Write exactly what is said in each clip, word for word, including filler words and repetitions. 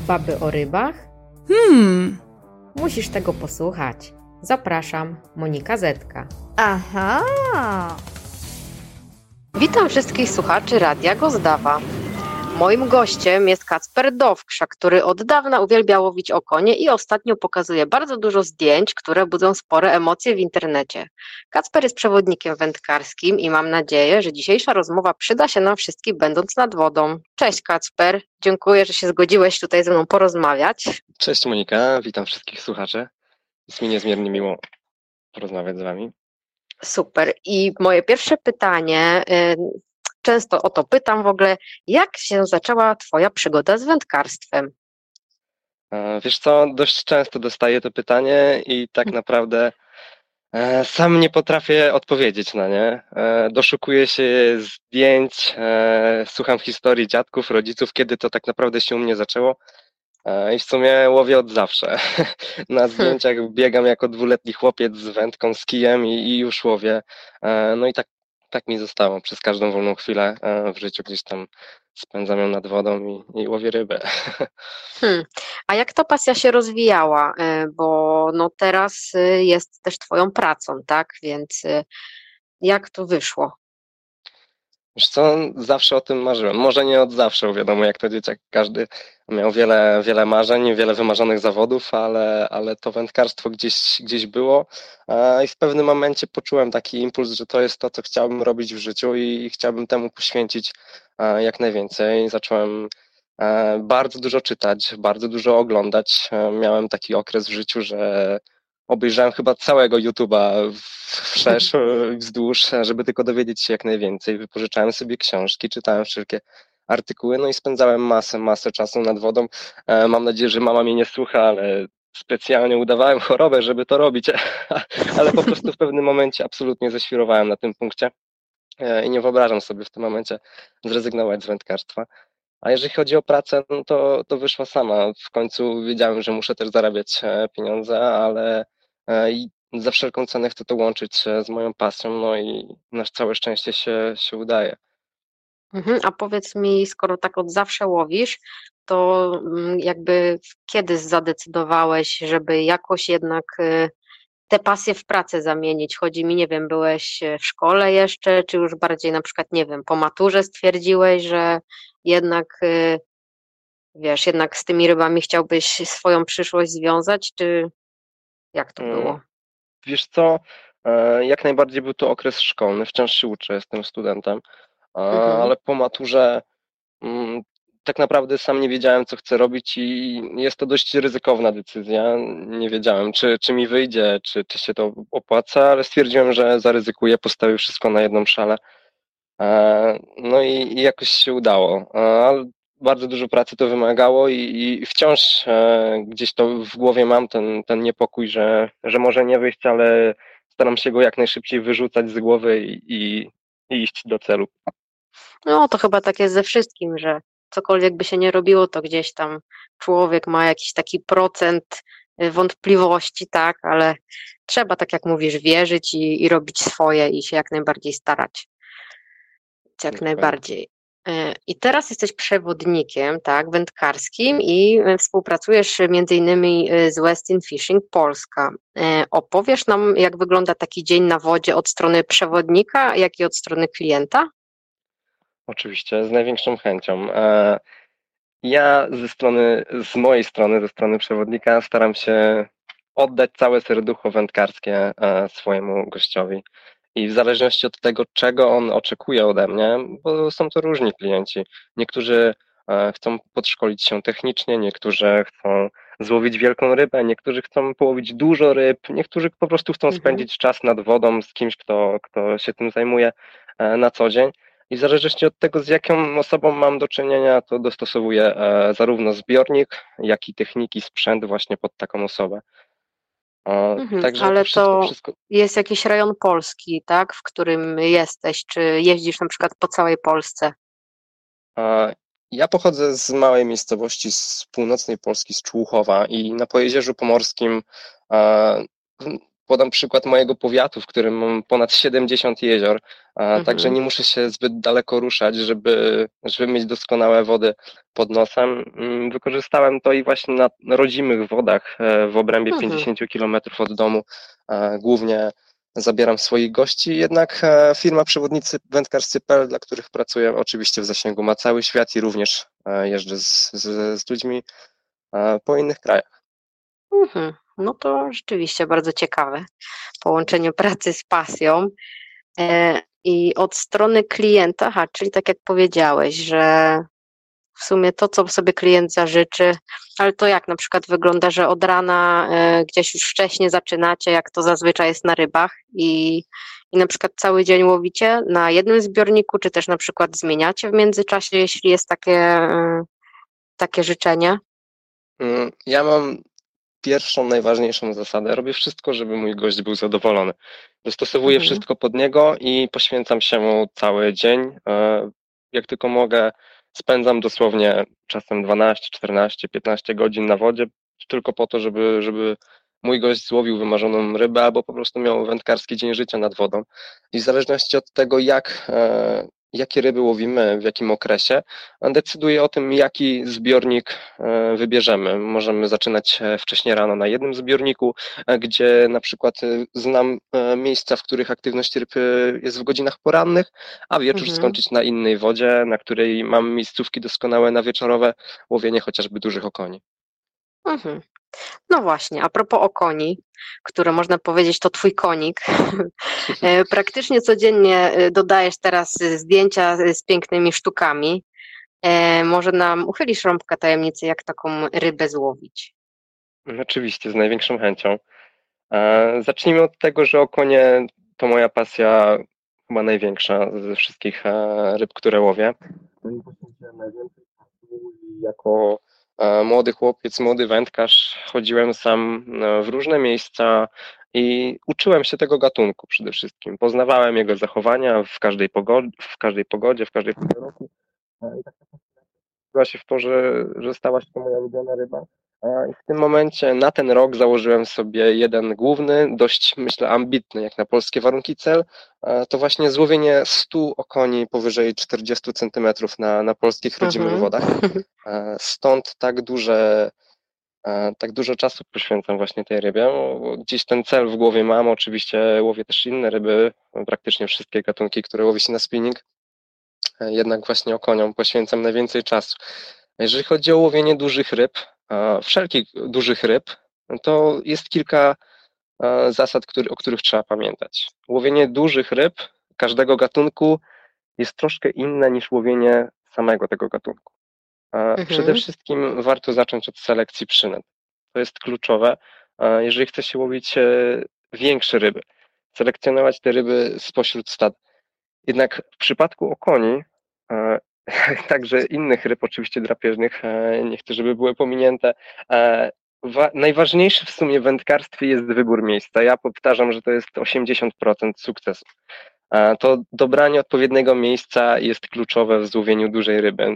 Baby o rybach? Hmm. Musisz tego posłuchać. Zapraszam, Monika Zetka. Aha. Witam wszystkich słuchaczy Radia Gozdawa. Moim gościem jest Kacper Dowksza, który od dawna uwielbia łowić okonie i ostatnio pokazuje bardzo dużo zdjęć, które budzą spore emocje w internecie. Kacper jest przewodnikiem wędkarskim i mam nadzieję, że dzisiejsza rozmowa przyda się nam wszystkim, będąc nad wodą. Cześć Kacper, dziękuję, że się zgodziłeś tutaj ze mną porozmawiać. Cześć Monika, witam wszystkich słuchaczy. Jest mi niezmiernie miło porozmawiać z wami. Super. I moje pierwsze pytanie, często o to pytam w ogóle, jak się zaczęła twoja przygoda z wędkarstwem? Wiesz co, dość często dostaję to pytanie i tak naprawdę sam nie potrafię odpowiedzieć na nie. Doszukuję się zdjęć, słucham historii dziadków, rodziców, kiedy to tak naprawdę się u mnie zaczęło. I w sumie łowię od zawsze. Na zdjęciach biegam jako dwuletni chłopiec z wędką, z kijem i, i już łowię. No i tak, tak mi zostało. Przez każdą wolną chwilę w życiu gdzieś tam spędzam ją nad wodą i, i łowię rybę. Hmm. A jak ta pasja się rozwijała? Bo no teraz jest też twoją pracą, tak? Więc jak to wyszło? Wiesz co, zawsze o tym marzyłem. Może nie od zawsze, bo wiadomo, jak to dzieciak, każdy miał wiele, wiele marzeń, wiele wymarzonych zawodów, ale, ale to wędkarstwo gdzieś, gdzieś było i w pewnym momencie poczułem taki impuls, że to jest to, co chciałbym robić w życiu i chciałbym temu poświęcić jak najwięcej. Zacząłem bardzo dużo czytać, bardzo dużo oglądać. Miałem taki okres w życiu, że obejrzałem chyba całego YouTube'a wszerz, wzdłuż, żeby tylko dowiedzieć się jak najwięcej. Wypożyczałem sobie książki, czytałem wszelkie artykuły, no i spędzałem masę, masę czasu nad wodą. Mam nadzieję, że mama mnie nie słucha, ale specjalnie udawałem chorobę, żeby to robić, ale po prostu w pewnym momencie absolutnie ześwirowałem na tym punkcie i nie wyobrażam sobie w tym momencie zrezygnować z wędkarstwa. A jeżeli chodzi o pracę, no to, to wyszła sama. W końcu wiedziałem, że muszę też zarabiać pieniądze, ale i za wszelką cenę chcę to łączyć z moją pasją, no i na całe szczęście się, się udaje. Mhm. A powiedz mi, skoro tak od zawsze łowisz, to jakby kiedy zadecydowałeś, żeby jakoś jednak te pasje w pracę zamienić? Chodzi mi, nie wiem, byłeś w szkole jeszcze, czy już bardziej na przykład, nie wiem, po maturze stwierdziłeś, że jednak, wiesz, jednak z tymi rybami chciałbyś swoją przyszłość związać, czy jak to było? Wiesz co, jak najbardziej był to okres szkolny, wciąż się uczę, jestem studentem, Mhm. ale po maturze tak naprawdę sam nie wiedziałem, co chcę robić i jest to dość ryzykowna decyzja. Nie wiedziałem, czy, czy mi wyjdzie, czy, czy się to opłaca, ale stwierdziłem, że zaryzykuję, postawię wszystko na jedną szalę. No i, i jakoś się udało. Ale bardzo dużo pracy to wymagało i, i wciąż gdzieś to w głowie mam ten, ten niepokój, że, że może nie wyjść, ale staram się go jak najszybciej wyrzucać z głowy i, i, i iść do celu. No to chyba tak jest ze wszystkim, że cokolwiek by się nie robiło, to gdzieś tam człowiek ma jakiś taki procent wątpliwości, tak, ale trzeba, tak jak mówisz, wierzyć i, i robić swoje i się jak najbardziej starać. Jak Dokładnie. najbardziej. I teraz jesteś przewodnikiem, tak, wędkarskim i współpracujesz między innymi z Westin Fishing Polska. Opowiesz nam, jak wygląda taki dzień na wodzie od strony przewodnika, jak i od strony klienta? Oczywiście, z największą chęcią. Ja ze strony, z mojej strony, ze strony przewodnika staram się oddać całe serducho wędkarskie swojemu gościowi. I w zależności od tego, czego on oczekuje ode mnie, bo są to różni klienci. Niektórzy chcą podszkolić się technicznie, niektórzy chcą złowić wielką rybę, niektórzy chcą połowić dużo ryb, niektórzy po prostu chcą Mhm. spędzić czas nad wodą z kimś, kto, kto się tym zajmuje na co dzień. I w zależności od tego, z jaką osobą mam do czynienia, to dostosowuję zarówno zbiornik, jak i techniki, sprzęt właśnie pod taką osobę. Mhm, Także ale wszystko, to wszystko. jest jakiś rejon Polski, tak, w którym jesteś, czy jeździsz na przykład po całej Polsce? Ja pochodzę z małej miejscowości z północnej Polski, z Człuchowa i na Pojezierzu Pomorskim podam przykład mojego powiatu, w którym mam ponad siedemdziesiąt jezior, a Mhm. także nie muszę się zbyt daleko ruszać, żeby, żeby mieć doskonałe wody pod nosem. Mm, Wykorzystałem to i właśnie na rodzimych wodach e, w obrębie Mhm. pięćdziesięciu kilometrów od domu. E, Głównie zabieram swoich gości, jednak e, firma Przewodnicy Wędkarscy kropka p l, dla których pracuję, oczywiście w zasięgu ma cały świat i również e, jeżdżę z, z, z ludźmi e, po innych krajach. Mhm. No to rzeczywiście bardzo ciekawe połączenie pracy z pasją. E, I od strony klienta, aha, czyli tak jak powiedziałeś, że w sumie to, co sobie klient zażyczy, ale to jak na przykład wygląda, że od rana e, gdzieś już wcześniej zaczynacie, jak to zazwyczaj jest na rybach i, i na przykład cały dzień łowicie na jednym zbiorniku, czy też na przykład zmieniacie w międzyczasie, jeśli jest takie, e, takie życzenie? Mm, Ja mam pierwszą, najważniejszą zasadę. Robię wszystko, żeby mój gość był zadowolony. Dostosowuję Mhm. wszystko pod niego i poświęcam się mu cały dzień. E, Jak tylko mogę, spędzam dosłownie czasem dwanaście, czternaście, piętnaście godzin na wodzie, tylko po to, żeby, żeby mój gość złowił wymarzoną rybę albo po prostu miał wędkarski dzień życia nad wodą. I w zależności od tego, jak, e, jakie ryby łowimy, w jakim okresie, decyduje o tym, jaki zbiornik e, wybierzemy. Możemy zaczynać e, wcześniej rano na jednym zbiorniku, e, gdzie na przykład e, znam e, miejsca, w których aktywność ryb e, jest w godzinach porannych, a wieczór Mhm. skończyć na innej wodzie, na której mam miejscówki doskonałe na wieczorowe łowienie chociażby dużych okoni. Mhm. No właśnie, a propos okoni, które można powiedzieć to twój konik. E, Praktycznie codziennie e, dodajesz teraz e, zdjęcia e, z pięknymi sztukami. E, Może nam uchylisz rąbka tajemnicy, jak taką rybę złowić? Oczywiście, z największą chęcią. E, Zacznijmy od tego, że okonie to moja pasja chyba największa ze wszystkich e, ryb, które łowię. No i poświęciłem najwięcej czasu i jako e, młody chłopiec, młody wędkarz chodziłem sam e, w różne miejsca i uczyłem się tego gatunku przede wszystkim. Poznawałem jego zachowania w każdej pogodzie, w każdej pogodzie, w każdej porze roku. E, I tak zgodziła się w to, że, że stała się to moja ulubiona ryba. A I w tym momencie na ten rok założyłem sobie jeden główny, dość myślę ambitny jak na polskie warunki cel, a to właśnie złowienie stu okoni powyżej czterdziestu centymetrów na, na polskich rodzimych Mhm. wodach. A Stąd tak duże, a, tak dużo czasu poświęcam właśnie tej rybie, bo gdzieś ten cel w głowie mam, oczywiście łowię też inne ryby, praktycznie wszystkie gatunki, które łowi się na spinning, jednak właśnie okoniom poświęcam najwięcej czasu. Jeżeli chodzi o łowienie dużych ryb, e, wszelkich dużych ryb, no to jest kilka e, zasad, który, o których trzeba pamiętać. Łowienie dużych ryb każdego gatunku jest troszkę inne niż łowienie samego tego gatunku. E, Przede Mhm. wszystkim warto zacząć od selekcji przynęt. To jest kluczowe, e, jeżeli chce się łowić e, większe ryby. Selekcjonować te ryby spośród stad. Jednak w przypadku okoni, e, także innych ryb oczywiście drapieżnych, e, nie chcę, żeby były pominięte, e, wa- najważniejszy w sumie w wędkarstwie jest wybór miejsca. Ja powtarzam, że to jest osiemdziesiąt procent sukcesu. E, To dobranie odpowiedniego miejsca jest kluczowe w złowieniu dużej ryby.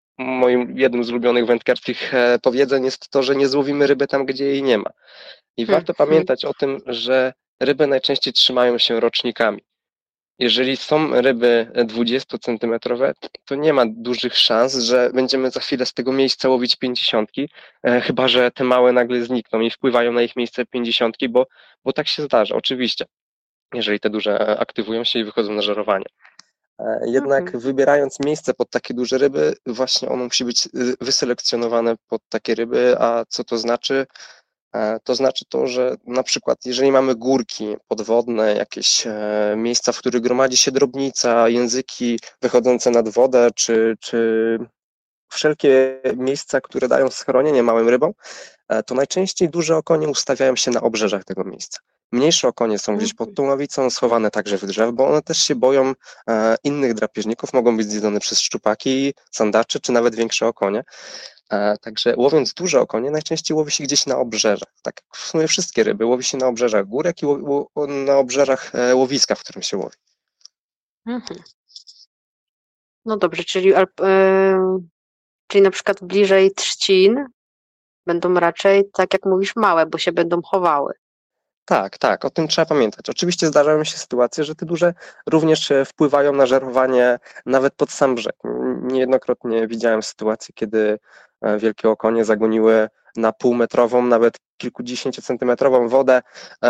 Moim jednym z ulubionych wędkarskich e, powiedzeń jest to, że nie złowimy ryby tam, gdzie jej nie ma. I warto Mhm. pamiętać o tym, że ryby najczęściej trzymają się rocznikami. Jeżeli są ryby dwudziestocentymetrowe, to nie ma dużych szans, że będziemy za chwilę z tego miejsca łowić pięćdziesiątki, e, chyba że te małe nagle znikną i wpływają na ich miejsce pięćdziesiątki, bo, bo tak się zdarza, oczywiście, jeżeli te duże aktywują się i wychodzą na żerowanie. E, Jednak Mhm. wybierając miejsce pod takie duże ryby, właśnie ono musi być y, wyselekcjonowane pod takie ryby, a co to znaczy? E, To znaczy to, że na przykład jeżeli mamy górki podwodne, jakieś e, miejsca, w których gromadzi się drobnica, języki wychodzące nad wodę, czy, czy wszelkie miejsca, które dają schronienie małym rybom, e, to najczęściej duże okonie ustawiają się na obrzeżach tego miejsca. Mniejsze okonie są gdzieś pod tą ławicą, schowane także w drzew, bo one też się boją e, innych drapieżników, mogą być zjedzone przez szczupaki, sandacze, czy nawet większe okonie. E, Także łowiąc duże okonie, najczęściej łowi się gdzieś na obrzeżach. Tak jak w sumie wszystkie ryby, łowi się na obrzeżach górek i ło- ło- na obrzeżach e, łowiska, w którym się łowi. Mhm. No dobrze, czyli, al- em, czyli na przykład bliżej trzcin będą raczej, tak jak mówisz, małe, bo się będą chowały. Tak, tak, o tym trzeba pamiętać. Oczywiście zdarzają się sytuacje, że te duże również e, wpływają na żerowanie nawet pod sam brzeg. Niejednokrotnie widziałem sytuacje, kiedy e, wielkie okonie zagoniły na półmetrową, nawet kilkudziesięciocentymetrową wodę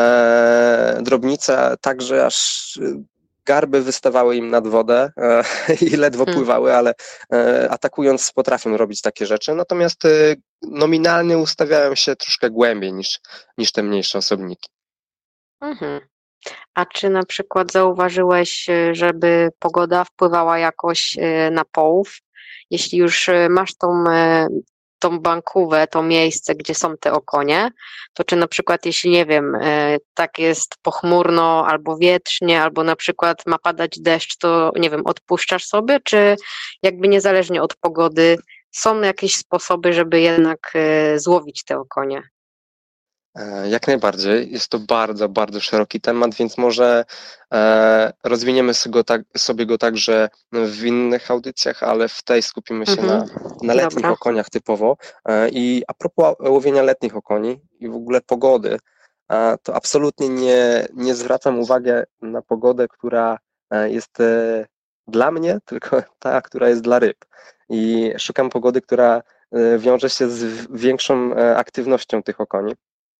e, drobnicę, tak że aż e, garby wystawały im nad wodę e, i ledwo Hmm. pływały, ale e, atakując potrafią robić takie rzeczy. Natomiast e, nominalnie ustawiają się troszkę głębiej niż, niż te mniejsze osobniki. Mhm. A czy na przykład zauważyłeś, y, żeby pogoda wpływała jakoś y, na połów? Jeśli już y, masz tą, y, tą bankówę, to miejsce, gdzie są te okonie, to czy na przykład jeśli, nie wiem, y, tak jest pochmurno albo wietrznie, albo na przykład ma padać deszcz, to nie wiem, odpuszczasz sobie, czy jakby niezależnie od pogody są jakieś sposoby, żeby jednak y, złowić te okonie? E, Jak najbardziej. Jest to bardzo, bardzo szeroki temat, więc może e, rozwiniemy sobie go, tak, sobie go także w innych audycjach, ale w tej skupimy się Mhm. na, na letnich Dobra. okoniach typowo. E, I a propos łowienia letnich okoni i w ogóle pogody, e, to absolutnie nie, nie zwracam uwagi na pogodę, która e, jest e, dla mnie, tylko ta, która jest dla ryb. I szukam pogody, która e, wiąże się z większą e, aktywnością tych okoni.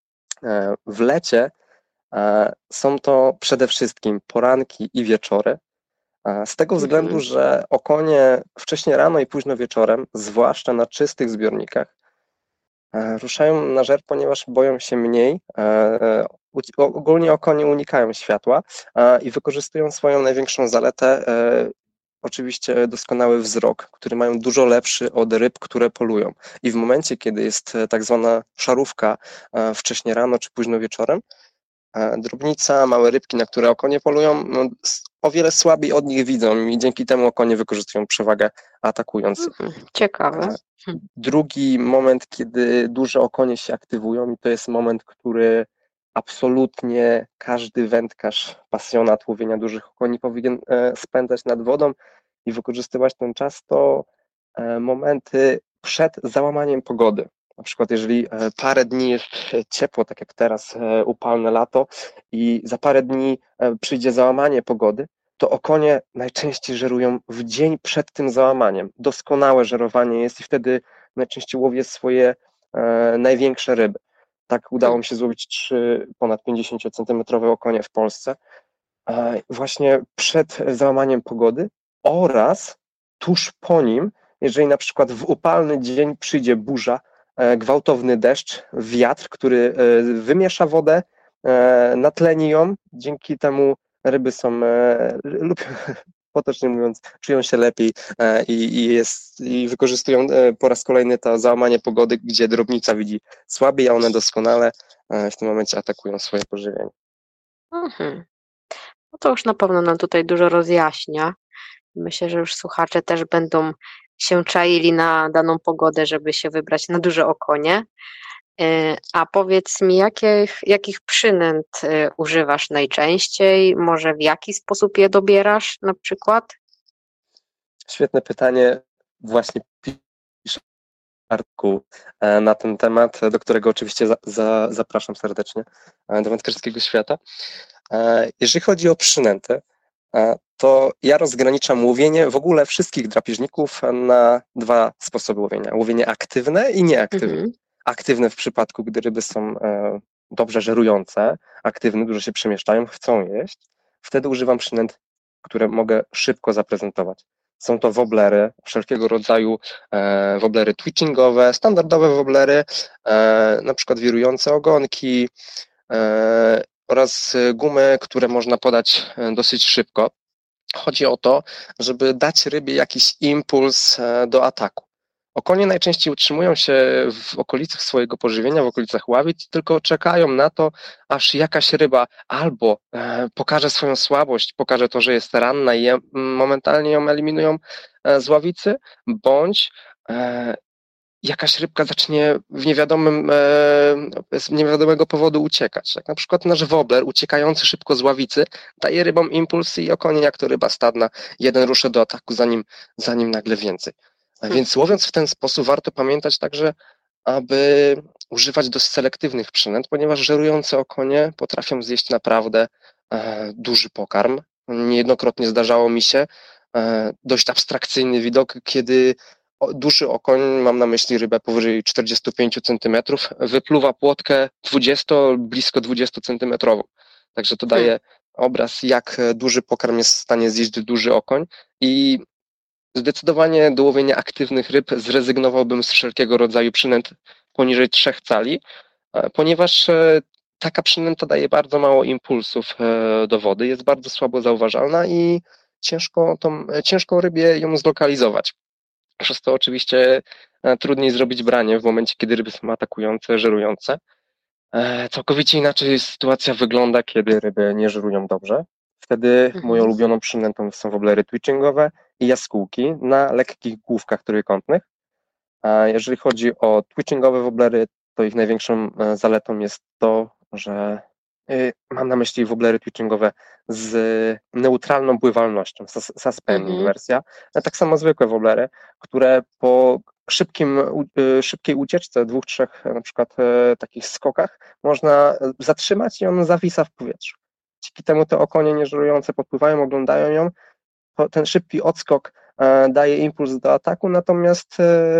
E, W lecie e, są to przede wszystkim poranki i wieczory, e, z tego względu, Mhm. że okonie wcześnie rano i późno wieczorem, zwłaszcza na czystych zbiornikach, e, ruszają na żer, ponieważ boją się mniej. e, e, uci- o- Ogólnie okonie unikają światła e, i wykorzystują swoją największą zaletę, e, oczywiście doskonały wzrok, który mają dużo lepszy od ryb, które polują. I w momencie, kiedy jest e, tak zwana szarówka e, wcześnie rano czy późno wieczorem, E, drobnica, małe rybki, na które okonie polują, no, s- o wiele słabiej od nich widzą i dzięki temu okonie wykorzystują przewagę atakując. Mhm. Ciekawe. E, Drugi moment, kiedy duże okonie się aktywują, i to jest moment, który absolutnie każdy wędkarz, pasjonat łowienia dużych okoni powinien e, spędzać nad wodą i wykorzystywać ten czas, to e, momenty przed załamaniem pogody. Na przykład jeżeli e, parę dni jest ciepło, tak jak teraz, e, upalne lato, i za parę dni e, przyjdzie załamanie pogody, to okonie najczęściej żerują w dzień przed tym załamaniem. Doskonałe żerowanie jest i wtedy najczęściej łowię swoje e, największe ryby. Tak udało mi się złowić trzy ponad pięćdziesięciocentymetrowe okonie w Polsce. E, właśnie przed załamaniem pogody oraz tuż po nim, jeżeli na przykład w upalny dzień przyjdzie burza, e, gwałtowny deszcz, wiatr, który e, wymiesza wodę, e, natleni ją, dzięki temu ryby są, e, lub potocznie mówiąc, czują się lepiej e, i, i, jest, i wykorzystują e, po raz kolejny to załamanie pogody, gdzie drobnica widzi słabiej, a one doskonale e, w tym momencie atakują swoje pożywienie. Mhm. No to już na pewno nam tutaj dużo rozjaśnia. Myślę, że już słuchacze też będą się czaili na daną pogodę, żeby się wybrać na duże okonie. E, A powiedz mi, jakich, jakich przynęt e, używasz najczęściej? Może w jaki sposób je dobierasz na przykład? Świetne pytanie. Właśnie piszę artykuł e, na ten temat, do którego oczywiście za, za, zapraszam serdecznie, e, do wędkarskiego świata. E, Jeżeli chodzi o przynęty, e, to ja rozgraniczam łowienie w ogóle wszystkich drapieżników na dwa sposoby łowienia. Łowienie aktywne i nieaktywne. Mhm. Aktywne w przypadku, gdy ryby są e, dobrze żerujące, aktywne, dużo się przemieszczają, chcą jeść. Wtedy używam przynęt, które mogę szybko zaprezentować. Są to woblery, wszelkiego rodzaju e, woblery twitchingowe, standardowe woblery, e, na przykład wirujące ogonki e, oraz gumy, które można podać e, dosyć szybko. Chodzi o to, żeby dać rybie jakiś impuls e, do ataku. Okonie najczęściej utrzymują się w okolicach swojego pożywienia, w okolicach ławic, tylko czekają na to, aż jakaś ryba albo e, pokaże swoją słabość, pokaże to, że jest ranna i je, momentalnie ją eliminują e, z ławicy, bądź e, jakaś rybka zacznie w niewiadomym, e, z niewiadomego powodu uciekać. Jak na przykład nasz wobler, uciekający szybko z ławicy, daje rybom impulsy i okonie, jak to ryba stadna, jeden ruszy do ataku, zanim, zanim nagle więcej. A więc łowiąc w ten sposób, warto pamiętać także, aby używać dość selektywnych przynęt, ponieważ żerujące okonie potrafią zjeść naprawdę e, duży pokarm. Niejednokrotnie zdarzało mi się e, dość abstrakcyjny widok, kiedy o, duży okoń, mam na myśli rybę powyżej czterdzieści pięć centymetrów, wypluwa płotkę dwudziesto, blisko dwudziestocentymetrową. Także to daje obraz, jak duży pokarm jest w stanie zjeść duży okoń i zdecydowanie do łowienia aktywnych ryb zrezygnowałbym z wszelkiego rodzaju przynęt poniżej trzech cali, ponieważ taka przynęta daje bardzo mało impulsów do wody, jest bardzo słabo zauważalna i ciężko, tą, ciężko rybie ją zlokalizować. Przez to oczywiście trudniej zrobić branie w momencie, kiedy ryby są atakujące, żerujące. Całkowicie inaczej sytuacja wygląda, kiedy ryby nie żerują dobrze. Wtedy Mhm. moją ulubioną przynętą są woblery twitchingowe i jaskółki na lekkich główkach trójkątnych. A jeżeli chodzi o twitchingowe woblery, to ich największą zaletą jest to, że mam na myśli woblery twitchingowe z neutralną pływalnością, suspending Mhm. wersja. Tak samo zwykłe woblery, które po szybkim, szybkiej ucieczce, dwóch, trzech na przykład takich skokach można zatrzymać i on zawisa w powietrzu. Dzięki temu te okonie nieżerujące podpływają, oglądają ją. Ten szybki odskok daje impuls do ataku, natomiast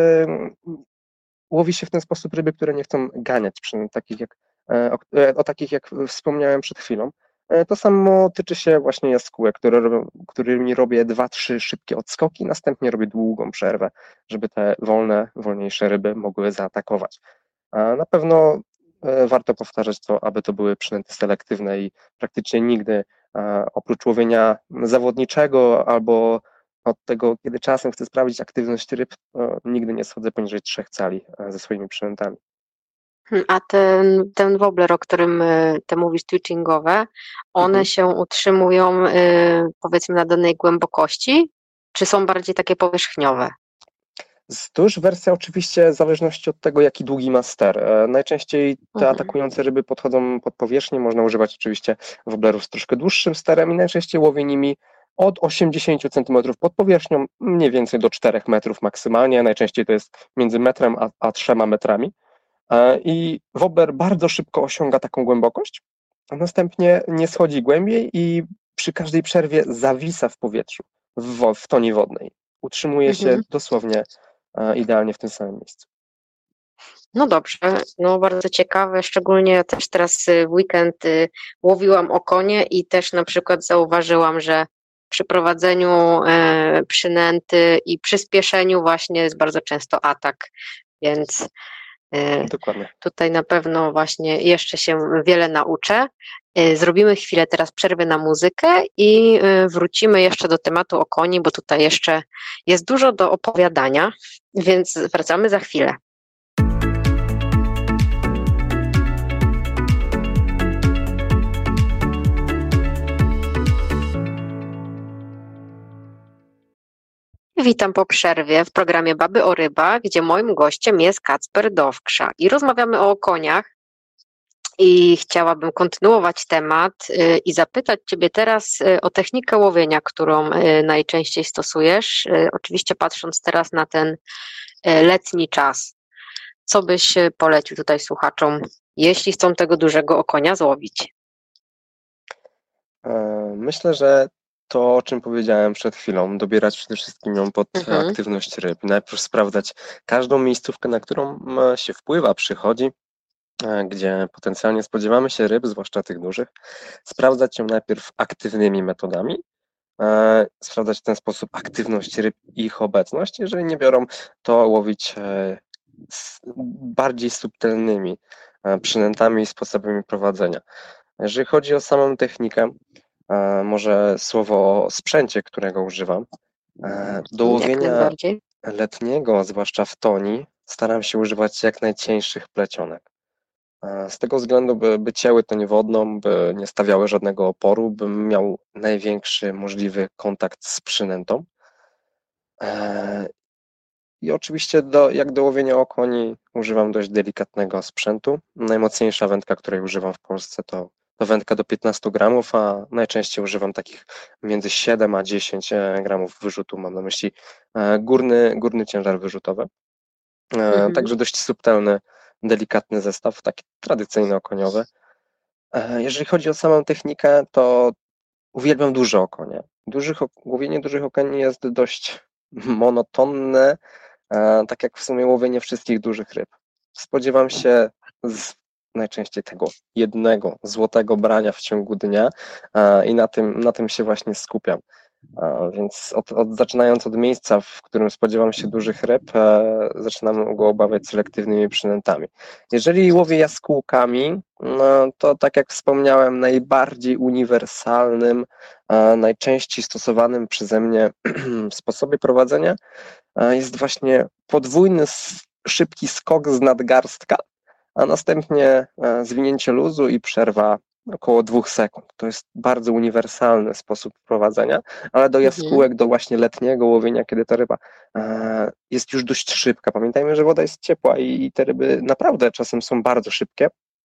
łowi się w ten sposób ryby, które nie chcą ganiać, przynajmniej takich jak, o, o takich jak wspomniałem przed chwilą. To samo tyczy się właśnie jaskółek, które, którymi robię dwa, trzy szybkie odskoki, następnie robię długą przerwę, żeby te wolne, wolniejsze ryby mogły zaatakować. A na pewno warto powtarzać to, aby to były przynęty selektywne i praktycznie nigdy oprócz łowienia zawodniczego albo od tego, kiedy czasem chcę sprawdzić aktywność ryb, nigdy nie schodzę poniżej trzech cali ze swoimi przynętami. A ten, ten wobler, o którym te mówisz, twitchingowe, one Mhm. się utrzymują y, powiedzmy na danej głębokości, czy są bardziej takie powierzchniowe? To już wersja oczywiście w zależności od tego, jaki długi ma ster. Najczęściej te Mhm. atakujące ryby podchodzą pod powierzchnię, można używać oczywiście woblerów z troszkę dłuższym sterem i najczęściej łowię nimi od osiemdziesięciu centymetrów pod powierzchnią, mniej więcej do czterech metrów maksymalnie, najczęściej to jest między metrem a, a trzema metrami. I wobler bardzo szybko osiąga taką głębokość, a następnie nie schodzi głębiej i przy każdej przerwie zawisa w powietrzu, w, w toni wodnej. Utrzymuje Mhm. się dosłownie idealnie w tym samym miejscu. No dobrze, no bardzo ciekawe, szczególnie też teraz w weekend y, łowiłam okonie i też na przykład zauważyłam, że przy prowadzeniu e, przynęty i przyspieszeniu właśnie jest bardzo często atak, więc e, Dokładnie. tutaj na pewno właśnie jeszcze się wiele nauczę. E, zrobimy chwilę teraz przerwy na muzykę i e, wrócimy jeszcze do tematu okoni, bo tutaj jeszcze jest dużo do opowiadania, więc wracamy za chwilę. Witam po przerwie w programie Baby o rybach, gdzie moim gościem jest Kacper Dowkrza i rozmawiamy o okoniach i chciałabym kontynuować temat y, i zapytać Ciebie teraz y, o technikę łowienia, którą y, najczęściej stosujesz, y, oczywiście patrząc teraz na ten y, letni czas. Co byś y, polecił tutaj słuchaczom, jeśli chcą tego dużego okonia złowić? Myślę, że to, o czym powiedziałem przed chwilą, dobierać przede wszystkim ją pod Mhm. aktywność ryb. Najpierw sprawdzać każdą miejscówkę, na którą się wpływa, przychodzi, gdzie potencjalnie spodziewamy się ryb, zwłaszcza tych dużych. Sprawdzać ją najpierw aktywnymi metodami, sprawdzać w ten sposób aktywność ryb i ich obecność. Jeżeli nie biorą, to łowić bardziej subtelnymi przynętami i sposobami prowadzenia. Jeżeli chodzi o samą technikę, może słowo o sprzęcie, którego używam. Do Jak łowienia najbardziej. letniego, zwłaszcza w toni, staram się używać jak najcieńszych plecionek. Z tego względu, by, by cięły tonię wodną, by nie stawiały żadnego oporu, bym miał największy możliwy kontakt z przynętą. I oczywiście do, jak do łowienia okoni używam dość delikatnego sprzętu. Najmocniejsza wędka, której używam w Polsce, to to wędka do piętnastu gramów, a najczęściej używam takich między siedem a dziesięć gramów wyrzutu, mam na myśli górny, górny ciężar wyrzutowy. Mhm. Także dość subtelny delikatny zestaw, taki tradycyjny okoniowy. Jeżeli chodzi o samą technikę, to uwielbiam duże okonie. Dużych, łowienie dużych okoni jest dość monotonne, tak jak w sumie łowienie wszystkich dużych ryb. Spodziewam się z najczęściej tego jednego złotego brania w ciągu dnia i na tym, na tym się właśnie skupiam. Więc od, od, zaczynając od miejsca, w którym spodziewam się dużych ryb, zaczynam go obawiać selektywnymi przynętami. Jeżeli łowię jaskółkami, no to tak jak wspomniałem, najbardziej uniwersalnym, najczęściej stosowanym przeze mnie sposobie prowadzenia jest właśnie podwójny, szybki skok z nadgarstka, a następnie zwinięcie luzu i przerwa około dwóch sekund. To jest bardzo uniwersalny sposób prowadzenia, ale do jaskółek, do właśnie letniego łowienia, kiedy ta ryba jest już dość szybka. Pamiętajmy, że woda jest ciepła i te ryby naprawdę czasem są bardzo szybkie.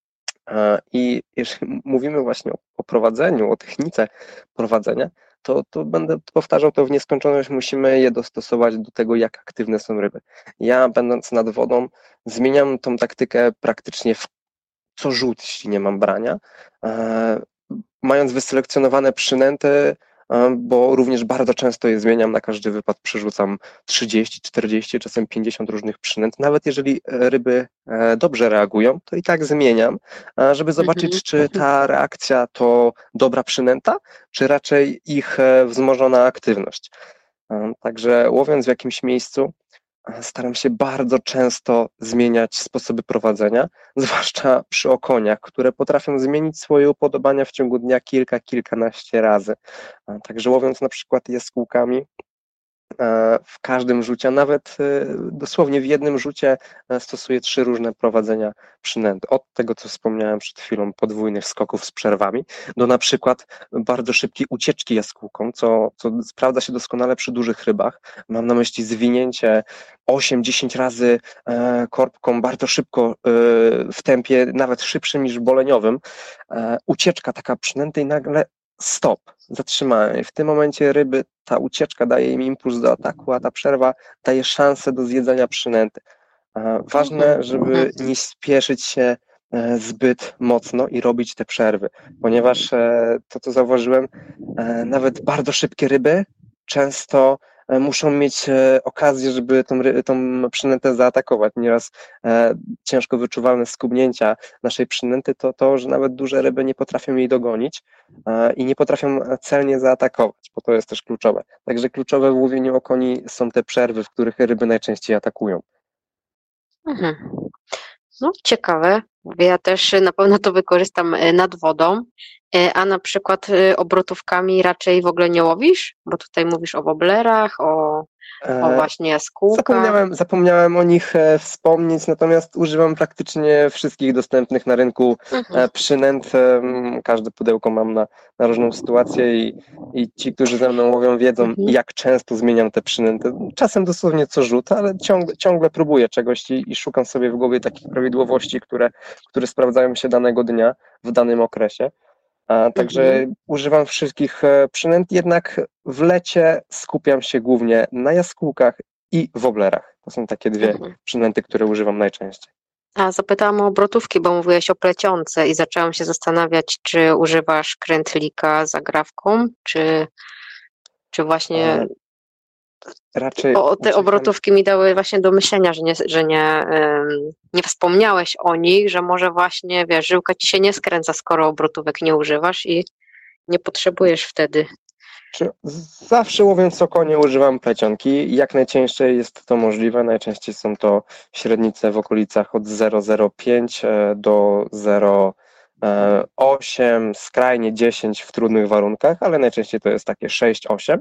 I jeżeli mówimy właśnie o prowadzeniu, o technice prowadzenia, to, to będę powtarzał to w nieskończoność, musimy je dostosować do tego, jak aktywne są ryby. Ja, będąc nad wodą, zmieniam tą taktykę praktycznie w co rzut, jeśli nie mam brania, mając wyselekcjonowane przynęty, bo również bardzo często je zmieniam, na każdy wypad przerzucam trzydzieści, czterdzieści, czasem pięćdziesiąt różnych przynęt. Nawet jeżeli ryby dobrze reagują, to i tak zmieniam, żeby zobaczyć, czy ta reakcja to dobra przynęta, czy raczej ich wzmożona aktywność. Także łowiąc w jakimś miejscu, staram się bardzo często zmieniać sposoby prowadzenia, zwłaszcza przy okoniach, które potrafią zmienić swoje upodobania w ciągu dnia kilka, kilkanaście razy. Także łowiąc na przykład jaskółkami, w każdym rzucie, nawet dosłownie w jednym rzucie stosuję trzy różne prowadzenia przynęty. Od tego, co wspomniałem przed chwilą, podwójnych skoków z przerwami, do na przykład bardzo szybkiej ucieczki jaskółką, co, co sprawdza się doskonale przy dużych rybach. Mam na myśli zwinięcie osiem dziesięć razy korbką bardzo szybko w tempie, nawet szybszym niż boleniowym. Ucieczka taka przynęty i nagle stop, zatrzymałem. W tym momencie ryby, ta ucieczka daje im impuls do ataku, a ta przerwa daje szansę do zjedzenia przynęty. Ważne, żeby nie spieszyć się zbyt mocno i robić te przerwy, ponieważ to, co zauważyłem, nawet bardzo szybkie ryby często muszą mieć okazję, żeby tą, tą przynętę zaatakować. Nieraz e, ciężko wyczuwalne skubnięcia naszej przynęty to to, że nawet duże ryby nie potrafią jej dogonić e, i nie potrafią celnie zaatakować, bo to jest też kluczowe. Także kluczowe w łowieniu okoni są te przerwy, w których ryby najczęściej atakują. Mhm. No ciekawe. Ja też na pewno to wykorzystam nad wodą, a na przykład obrotówkami raczej w ogóle nie łowisz? Bo tutaj mówisz o woblerach, o, o właśnie jaskółkach. Zapomniałem, zapomniałem o nich wspomnieć, natomiast używam praktycznie wszystkich dostępnych na rynku mhm. przynęt. Każde pudełko mam na, na różną sytuację i, i ci, którzy ze mną łowią, wiedzą, mhm. jak często zmieniam te przynęty. Czasem dosłownie co rzut, ale ciągle, ciągle próbuję czegoś i, i szukam sobie w głowie takich prawidłowości, które, które sprawdzają się danego dnia w danym okresie. A, także mhm. używam wszystkich przynęt, jednak w lecie skupiam się głównie na jaskółkach i woblerach. To są takie dwie mhm. przynęty, które używam najczęściej. A zapytałam o obrotówki, bo mówiłeś o plecionce i zaczęłam się zastanawiać, czy używasz krętlika z agrawką, czy, czy właśnie... A... Raczej o, te obrotówki mi dały właśnie do myślenia, że nie, że nie, nie wspomniałeś o nich, że może właśnie, wiesz, żyłka ci się nie skręca, skoro obrotówek nie używasz i nie potrzebujesz wtedy. Zawsze łowiąc okonie używam plecionki. Jak najczęściej jest to możliwe. Najczęściej są to średnice w okolicach od zero przecinek zero pięć do zero przecinek osiem, skrajnie dziesięć w trudnych warunkach, ale najczęściej to jest takie sześć osiem.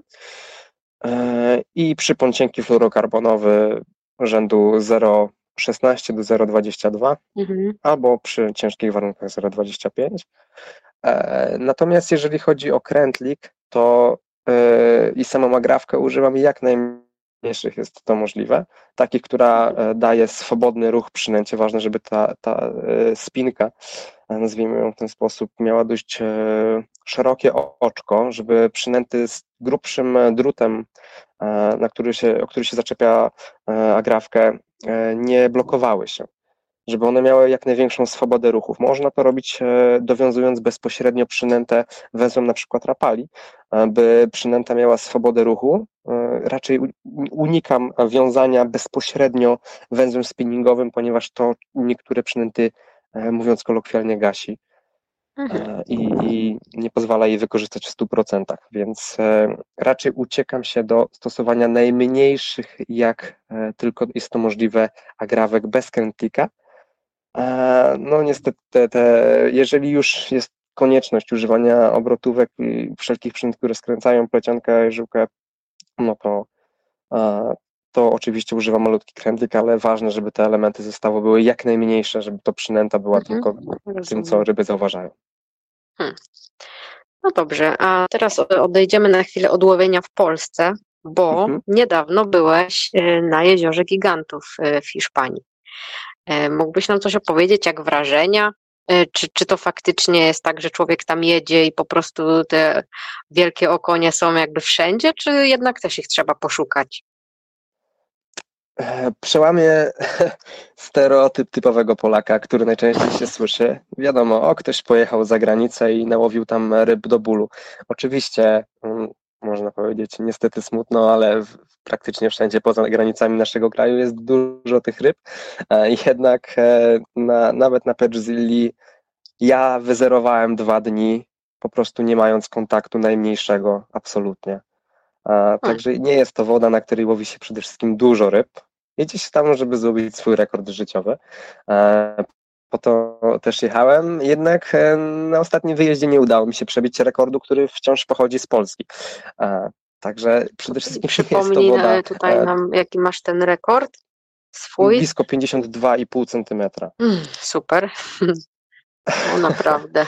I przypon cienki fluorokarbonowy rzędu zero przecinek szesnaście do zero przecinek dwadzieścia dwa mhm. albo przy ciężkich warunkach zero przecinek dwadzieścia pięć. Natomiast jeżeli chodzi o krętlik, to yy, i samą agrawkę używam jak najmniejszych jest to możliwe, takich, która daje swobodny ruch przynęcie. Ważne, żeby ta, ta yy, spinka, nazwijmy ją w ten sposób, miała dość yy, szerokie oczko, żeby przynęty z grubszym drutem, yy, na który się, o który się zaczepia yy, agrawkę, yy, nie blokowały się. żeby one miały jak największą swobodę ruchów. Można to robić dowiązując bezpośrednio przynętę węzłem na przykład rapali, by przynęta miała swobodę ruchu. Raczej unikam wiązania bezpośrednio węzłem spinningowym, ponieważ to niektóre przynęty, mówiąc kolokwialnie, gasi. Mhm. I, i nie pozwala jej wykorzystać w stu procentach, więc raczej uciekam się do stosowania najmniejszych, jak tylko jest to możliwe, agrawek bez krętlika. No niestety, te, te, jeżeli już jest konieczność używania obrotówek i wszelkich przynęt, które skręcają plecionkę, żyłkę, no to, to oczywiście używam malutki krętlik, ale ważne, żeby te elementy zestawu były jak najmniejsze, żeby to przynęta była Mhm. tylko tym, co Rozumiem. ryby zauważają. Hmm. No dobrze, a teraz odejdziemy na chwilę od łowienia w Polsce, bo Mhm. niedawno byłeś na Jeziorze Gigantów w Hiszpanii. Mógłbyś nam coś opowiedzieć, jak wrażenia? Czy, czy to faktycznie jest tak, że człowiek tam jedzie i po prostu te wielkie okonie są jakby wszędzie, czy jednak też ich trzeba poszukać? Przełamie stereotyp typowego Polaka, który najczęściej się słyszy. Wiadomo, o, ktoś pojechał za granicę i nałowił tam ryb do bólu. Oczywiście, można powiedzieć, niestety smutno, ale w, praktycznie wszędzie poza granicami naszego kraju jest dużo tych ryb. Jednak na, nawet na Petrzilli ja wyzerowałem dwa dni, po prostu nie mając kontaktu najmniejszego, absolutnie. A, także nie jest to woda, na której łowi się przede wszystkim dużo ryb. Jedzie się tam, żeby zdobyć swój rekord życiowy. E, po to też jechałem, jednak e, na ostatnim wyjeździe nie udało mi się przebić rekordu, który wciąż pochodzi z Polski. E, także przede wszystkim Przypomnij jest to woda tutaj e, nam, jaki masz ten rekord swój. blisko pięćdziesiąt dwa i pół centymetra. Mm, super. No naprawdę.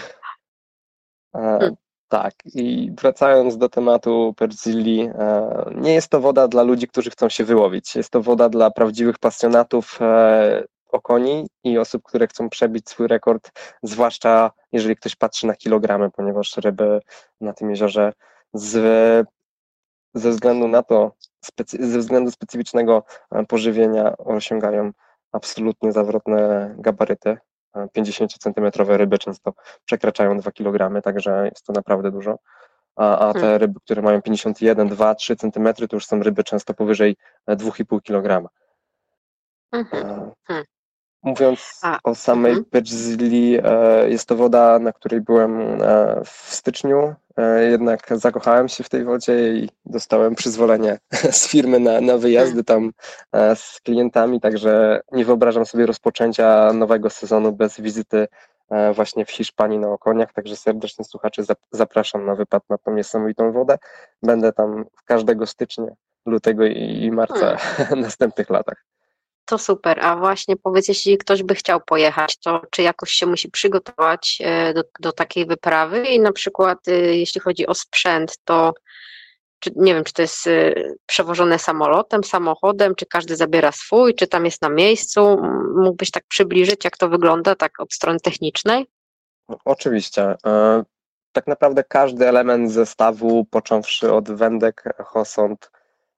E, Tak, i wracając do tematu Perzilli, nie jest to woda dla ludzi, którzy chcą się wyłowić. Jest to woda dla prawdziwych pasjonatów okoni i osób, które chcą przebić swój rekord, zwłaszcza jeżeli ktoś patrzy na kilogramy, ponieważ ryby na tym jeziorze z, ze względu na to, specy, ze względu specyficznego pożywienia osiągają absolutnie zawrotne gabaryty. pięćdziesięciocentymetrowe ryby często przekraczają dwa kilogramy, także jest to naprawdę dużo. A, a te ryby, które mają pięćdziesiąt jeden, dwa, trzy centymetry, to już są ryby często powyżej dwa i pół kilograma. Mhm. Mówiąc A, o samej mhm. Perzilli, jest to woda, na której byłem w styczniu, jednak zakochałem się w tej wodzie i dostałem przyzwolenie z firmy na, na wyjazdy tam z klientami, także nie wyobrażam sobie rozpoczęcia nowego sezonu bez wizyty właśnie w Hiszpanii na okoniach, także serdecznie słuchaczy zapraszam na wypad na tą niesamowitą wodę. Będę tam każdego stycznia, lutego i marca hmm. następnych latach. To super, a właśnie powiedz, jeśli ktoś by chciał pojechać, to czy jakoś się musi przygotować do, do takiej wyprawy i na przykład jeśli chodzi o sprzęt, to czy, nie wiem, czy to jest przewożone samolotem, samochodem, czy każdy zabiera swój, czy tam jest na miejscu? Mógłbyś tak przybliżyć, jak to wygląda tak od strony technicznej? Oczywiście. Tak naprawdę każdy element zestawu, począwszy od wędek, hosąd,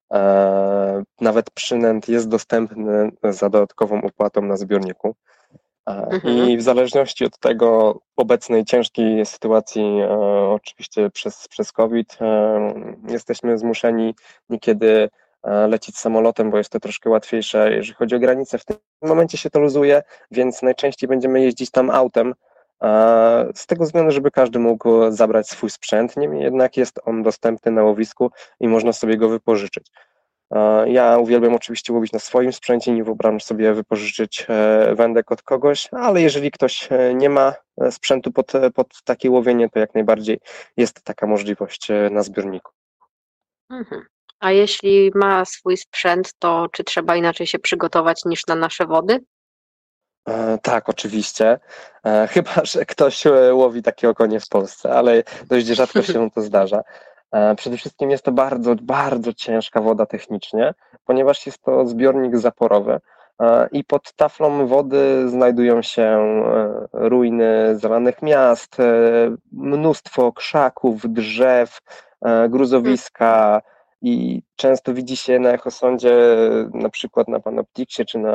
nawet przynęt jest dostępny za dodatkową opłatą na zbiorniku. Mhm. I w zależności od tego obecnej ciężkiej sytuacji, oczywiście przez, przez COVID, jesteśmy zmuszeni niekiedy lecieć samolotem, bo jest to troszkę łatwiejsze. Jeżeli chodzi o granice, w tym momencie się to luzuje, więc najczęściej będziemy jeździć tam autem, z tego względu, żeby każdy mógł zabrać swój sprzęt, niemniej jednak jest on dostępny na łowisku i można sobie go wypożyczyć. Ja uwielbiam oczywiście łowić na swoim sprzęcie, nie wyobrażam sobie wypożyczyć wędek od kogoś, ale jeżeli ktoś nie ma sprzętu pod, pod takie łowienie, to jak najbardziej jest taka możliwość na zbiorniku. Mhm. A jeśli ma swój sprzęt, to czy trzeba inaczej się przygotować niż na nasze wody? Tak, oczywiście. Chyba że ktoś łowi takie okonie w Polsce, ale dość rzadko się to zdarza. Przede wszystkim jest to bardzo, bardzo ciężka woda technicznie, ponieważ jest to zbiornik zaporowy i pod taflą wody znajdują się ruiny zalanych miast, mnóstwo krzaków, drzew, gruzowiska i często widzi się na echosondzie, na przykład na Panoptiksie czy na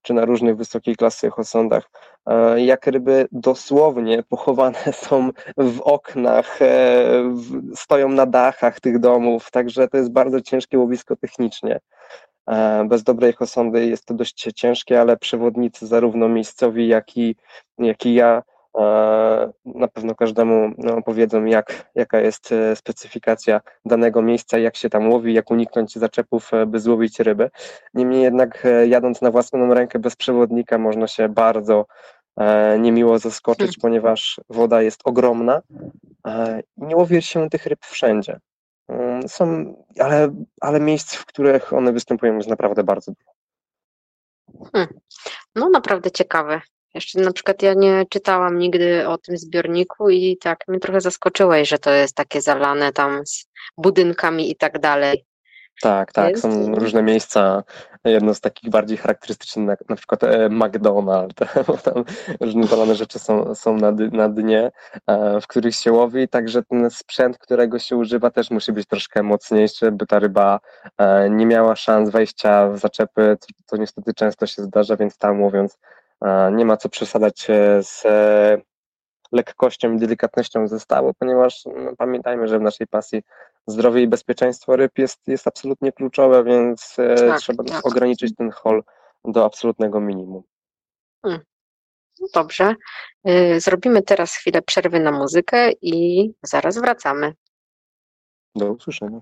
czy na różnych wysokiej klasy echosondach, jak ryby dosłownie pochowane są w oknach, w, stoją na dachach tych domów, także to jest bardzo ciężkie łowisko technicznie. Bez dobrej echosondy jest to dość ciężkie, ale przewodnicy zarówno miejscowi, jak i, jak i ja na pewno każdemu no, powiedzą, jak, jaka jest specyfikacja danego miejsca, jak się tam łowi, jak uniknąć zaczepów, by złowić ryby. Niemniej jednak jadąc na własną rękę bez przewodnika można się bardzo niemiło zaskoczyć, hmm. ponieważ woda jest ogromna i nie łowi się tych ryb wszędzie. Są, ale, ale miejsc, w których one występują, jest naprawdę bardzo dużo. Hmm. No naprawdę ciekawe. Jeszcze na przykład ja nie czytałam nigdy o tym zbiorniku i tak mnie trochę zaskoczyłeś, że to jest takie zalane tam z budynkami i tak dalej. Tak, tak, jest... są różne miejsca. Jedno z takich bardziej charakterystycznych, na, na przykład McDonald's, bo tam różne zalane rzeczy są, są na, na dnie, w których się łowi, także ten sprzęt, którego się używa, też musi być troszkę mocniejszy, by ta ryba nie miała szans wejścia w zaczepy, co, co niestety często się zdarza, więc tam mówiąc, nie ma co przesadzać z lekkością i delikatnością zestawu, ponieważ no, pamiętajmy, że w naszej pasji zdrowie i bezpieczeństwo ryb jest, jest absolutnie kluczowe, więc tak, trzeba tak. ograniczyć ten hol do absolutnego minimum. Hmm. No dobrze. Zrobimy teraz chwilę przerwy na muzykę i zaraz wracamy. Do usłyszenia.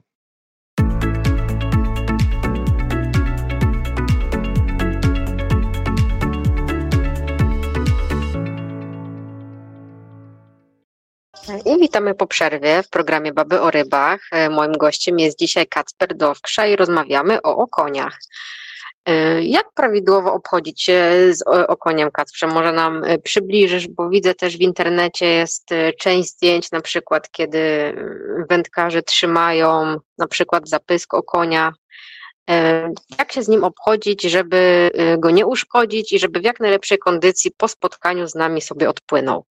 I witamy po przerwie w programie Baby o rybach. Moim gościem jest dzisiaj Kacper Dowksza i rozmawiamy o okoniach. Jak prawidłowo obchodzić się z okoniem, Kacprze? Może nam przybliżysz, bo widzę też w internecie jest część zdjęć, na przykład kiedy wędkarze trzymają na przykład zapysk okonia. Jak się z nim obchodzić, żeby go nie uszkodzić i żeby w jak najlepszej kondycji po spotkaniu z nami sobie odpłynął?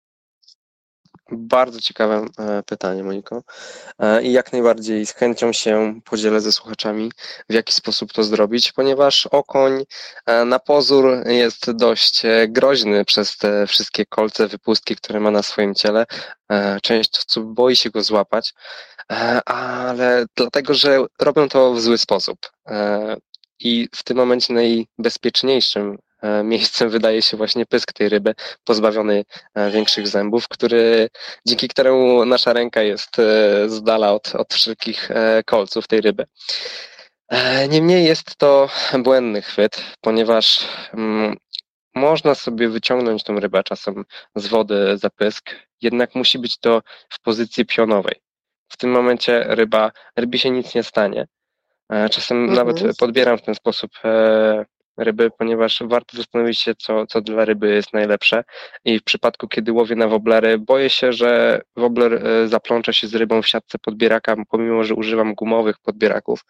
Bardzo ciekawe pytanie, Moniko. I jak najbardziej z chęcią się podzielę ze słuchaczami, w jaki sposób to zrobić, ponieważ okoń na pozór jest dość groźny przez te wszystkie kolce, wypustki, które ma na swoim ciele. Część osób boi się go złapać, ale dlatego, że robią to w zły sposób. I w tym momencie najbezpieczniejszym miejscem wydaje się właśnie pysk tej ryby, pozbawiony większych zębów, który, dzięki któremu nasza ręka jest z dala od, od wszelkich kolców tej ryby. Niemniej jest to błędny chwyt, ponieważ mm, można sobie wyciągnąć tą rybę czasem z wody za pysk, jednak musi być to w pozycji pionowej. W tym momencie ryba, rybie się nic nie stanie. Czasem mhm. nawet podbieram w ten sposób ryby, ponieważ warto zastanowić się, co, co dla ryby jest najlepsze i w przypadku, kiedy łowię na woblery, boję się, że wobler zaplącze się z rybą w siatce podbieraka, pomimo, że używam gumowych podbieraków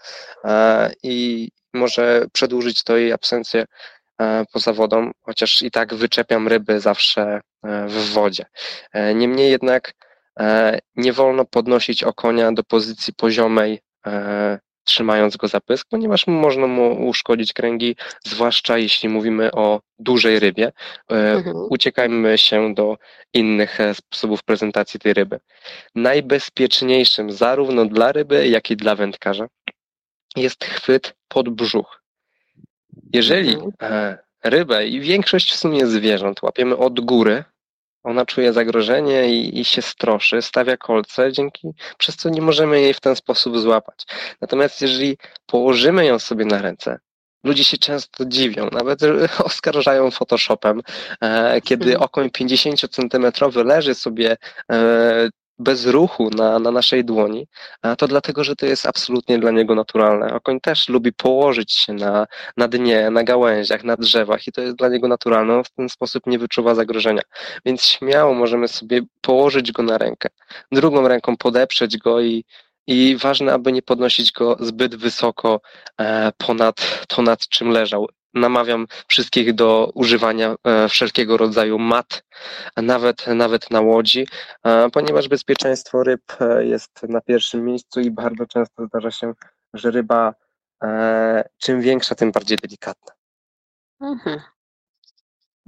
i może przedłużyć to jej absencję poza wodą, chociaż i tak wyczepiam ryby zawsze w wodzie. Niemniej jednak nie wolno podnosić okonia do pozycji poziomej, trzymając go za pysk, ponieważ można mu uszkodzić kręgi, zwłaszcza jeśli mówimy o dużej rybie. Mhm. Uciekajmy się do innych sposobów prezentacji tej ryby. Najbezpieczniejszym zarówno dla ryby, jak i dla wędkarza jest chwyt pod brzuch. Jeżeli mhm. rybę i większość w sumie zwierząt łapiemy od góry, ona czuje zagrożenie i, i się stroszy, stawia kolce, dzięki, przez co nie możemy jej w ten sposób złapać. Natomiast jeżeli położymy ją sobie na ręce, ludzie się często dziwią, nawet oskarżają Photoshopem, e, kiedy hmm. okoń pięćdziesięciocentymetrowy leży sobie e, bez ruchu na, na naszej dłoni, a to dlatego, że to jest absolutnie dla niego naturalne. Okoń też lubi położyć się na, na dnie, na gałęziach, na drzewach i to jest dla niego naturalne. On w ten sposób nie wyczuwa zagrożenia. Więc śmiało możemy sobie położyć go na rękę, drugą ręką podeprzeć go i I ważne, aby nie podnosić go zbyt wysoko e, ponad to, nad czym leżał. Namawiam wszystkich do używania e, wszelkiego rodzaju mat, nawet, nawet na łodzi, e, ponieważ bezpieczeństwo ryb jest na pierwszym miejscu i bardzo często zdarza się, że ryba e, czym większa, tym bardziej delikatna. Mhm.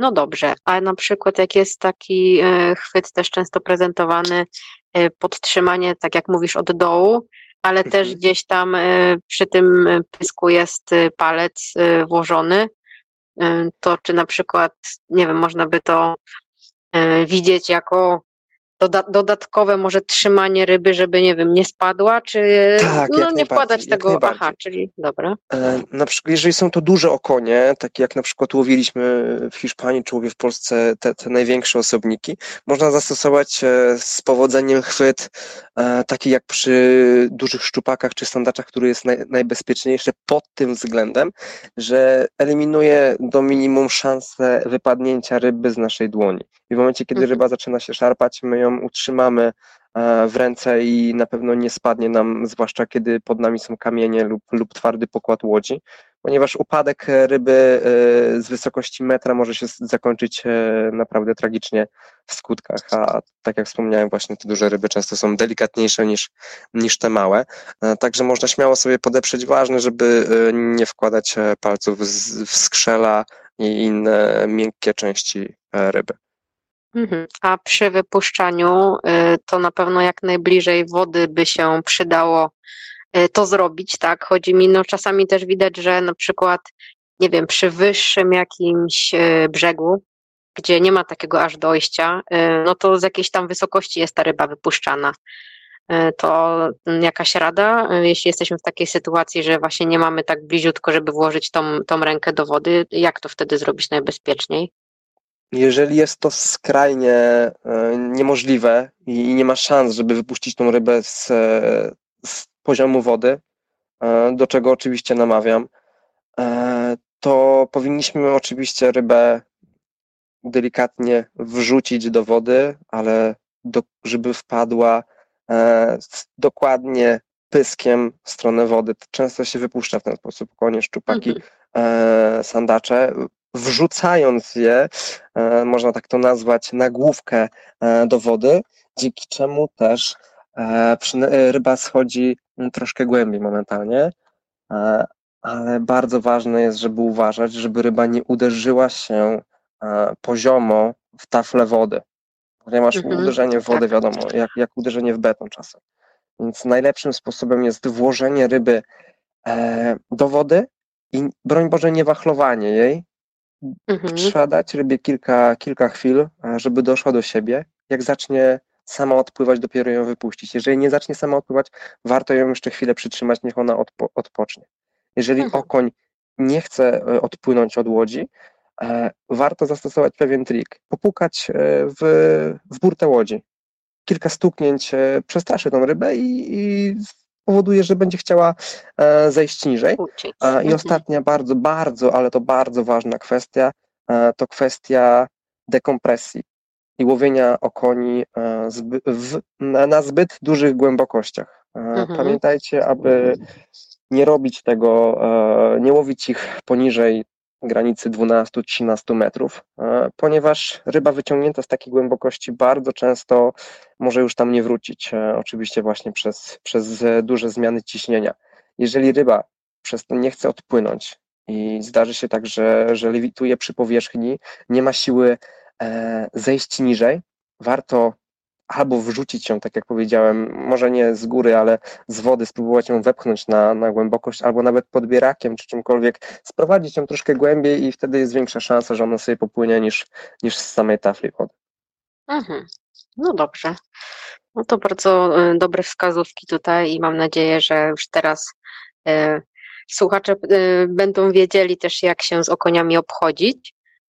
No dobrze, a na przykład jak jest taki e, chwyt też często prezentowany, e, podtrzymanie, tak jak mówisz, od dołu, ale Mhm. też gdzieś tam e, przy tym e, pysku jest e, palec e, włożony, e, to czy na przykład, nie wiem, można by to e, widzieć jako doda- dodatkowe może trzymanie ryby, żeby, nie wiem, nie spadła, czy Tak, no jak nie wkładać najbardziej, jak tego, aha, najbardziej. czyli dobra. E, Na przykład, jeżeli są to duże okonie, takie jak na przykład łowiliśmy w Hiszpanii czy łowię w Polsce te, te największe osobniki, można zastosować e, z powodzeniem chwyt e, taki jak przy dużych szczupakach czy sandaczach, który jest naj, najbezpieczniejszy pod tym względem, że eliminuje do minimum szansę wypadnięcia ryby z naszej dłoni. I w momencie, kiedy Mhm. ryba zaczyna się szarpać, my ją utrzymamy e, w ręce i na pewno nie spadnie nam, zwłaszcza kiedy pod nami są kamienie lub, lub twardy pokład łodzi, ponieważ upadek ryby e, z wysokości metra może się s- zakończyć e, naprawdę tragicznie w skutkach, a tak jak wspomniałem, właśnie te duże ryby często są delikatniejsze niż, niż te małe, E, także można śmiało sobie podeprzeć. Ważne, żeby e, nie wkładać e, palców z- w skrzela i inne miękkie części e, ryby. Mhm. A przy wypuszczaniu y, to na pewno jak najbliżej wody by się przydało y, to zrobić, tak? Chodzi mi, no czasami też widać, że na przykład, nie wiem, przy wyższym jakimś y, brzegu, gdzie nie ma takiego aż dojścia, y, no to z jakiejś tam wysokości jest ta ryba wypuszczana. Y, To mm, jakaś rada, y, jeśli jesteśmy w takiej sytuacji, że właśnie nie mamy tak bliziutko, żeby włożyć tą, tą rękę do wody, jak to wtedy zrobić najbezpieczniej? Jeżeli jest to skrajnie e, niemożliwe i nie ma szans, żeby wypuścić tą rybę z, e, z poziomu wody, e, do czego oczywiście namawiam, e, to powinniśmy oczywiście rybę delikatnie wrzucić do wody, ale do, żeby wpadła e, z- dokładnie pyskiem w stronę wody. Często się wypuszcza w ten sposób konie, szczupaki, Mhm. e, sandacze. Wrzucając je, e, można tak to nazwać, na główkę e, do wody, dzięki czemu też e, przyna- e, ryba schodzi mm, troszkę głębiej momentalnie, e, ale bardzo ważne jest, żeby uważać, żeby ryba nie uderzyła się e, poziomo w taflę wody, ponieważ Mhm. uderzenie w wodę, Tak. wiadomo, jak, jak uderzenie w beton czasem. Więc najlepszym sposobem jest włożenie ryby e, do wody i broń Boże nie wachlowanie jej. Mhm. Trzeba dać rybie kilka, kilka chwil, e, żeby doszła do siebie. Jak zacznie sama odpływać, dopiero ją wypuścić. Jeżeli nie zacznie sama odpływać, warto ją jeszcze chwilę przytrzymać, niech ona odpo- odpocznie. Jeżeli Mhm. okoń nie chce e, odpłynąć od łodzi, e, warto zastosować pewien trik. Popukać e, w, w burtę łodzi. Kilka stuknięć e, przestraszy tą rybę i, i powoduje, że będzie chciała e, zejść niżej. Uciec. E, I Mhm. ostatnia bardzo, bardzo, ale to bardzo ważna kwestia, e, to kwestia dekompresji i łowienia okoni e, zby, w, na, na zbyt dużych głębokościach. E, Mhm. Pamiętajcie, aby nie robić tego, e, nie łowić ich poniżej granicy dwanaście do trzynastu metrów, e, ponieważ ryba wyciągnięta z takiej głębokości bardzo często może już tam nie wrócić, e, oczywiście właśnie przez, przez e, duże zmiany ciśnienia. Jeżeli ryba przez to nie chce odpłynąć i zdarzy się tak, że, że lewituje przy powierzchni, nie ma siły e, zejść niżej, warto albo wrzucić ją, tak jak powiedziałem, może nie z góry, ale z wody, spróbować ją wepchnąć na, na głębokość, albo nawet podbierakiem czy czymkolwiek, sprowadzić ją troszkę głębiej i wtedy jest większa szansa, że ona sobie popłynie niż, niż z samej tafli wody. Mhm. No dobrze. No to bardzo y, dobre wskazówki tutaj i mam nadzieję, że już teraz y, słuchacze y, będą wiedzieli też, jak się z okoniami obchodzić.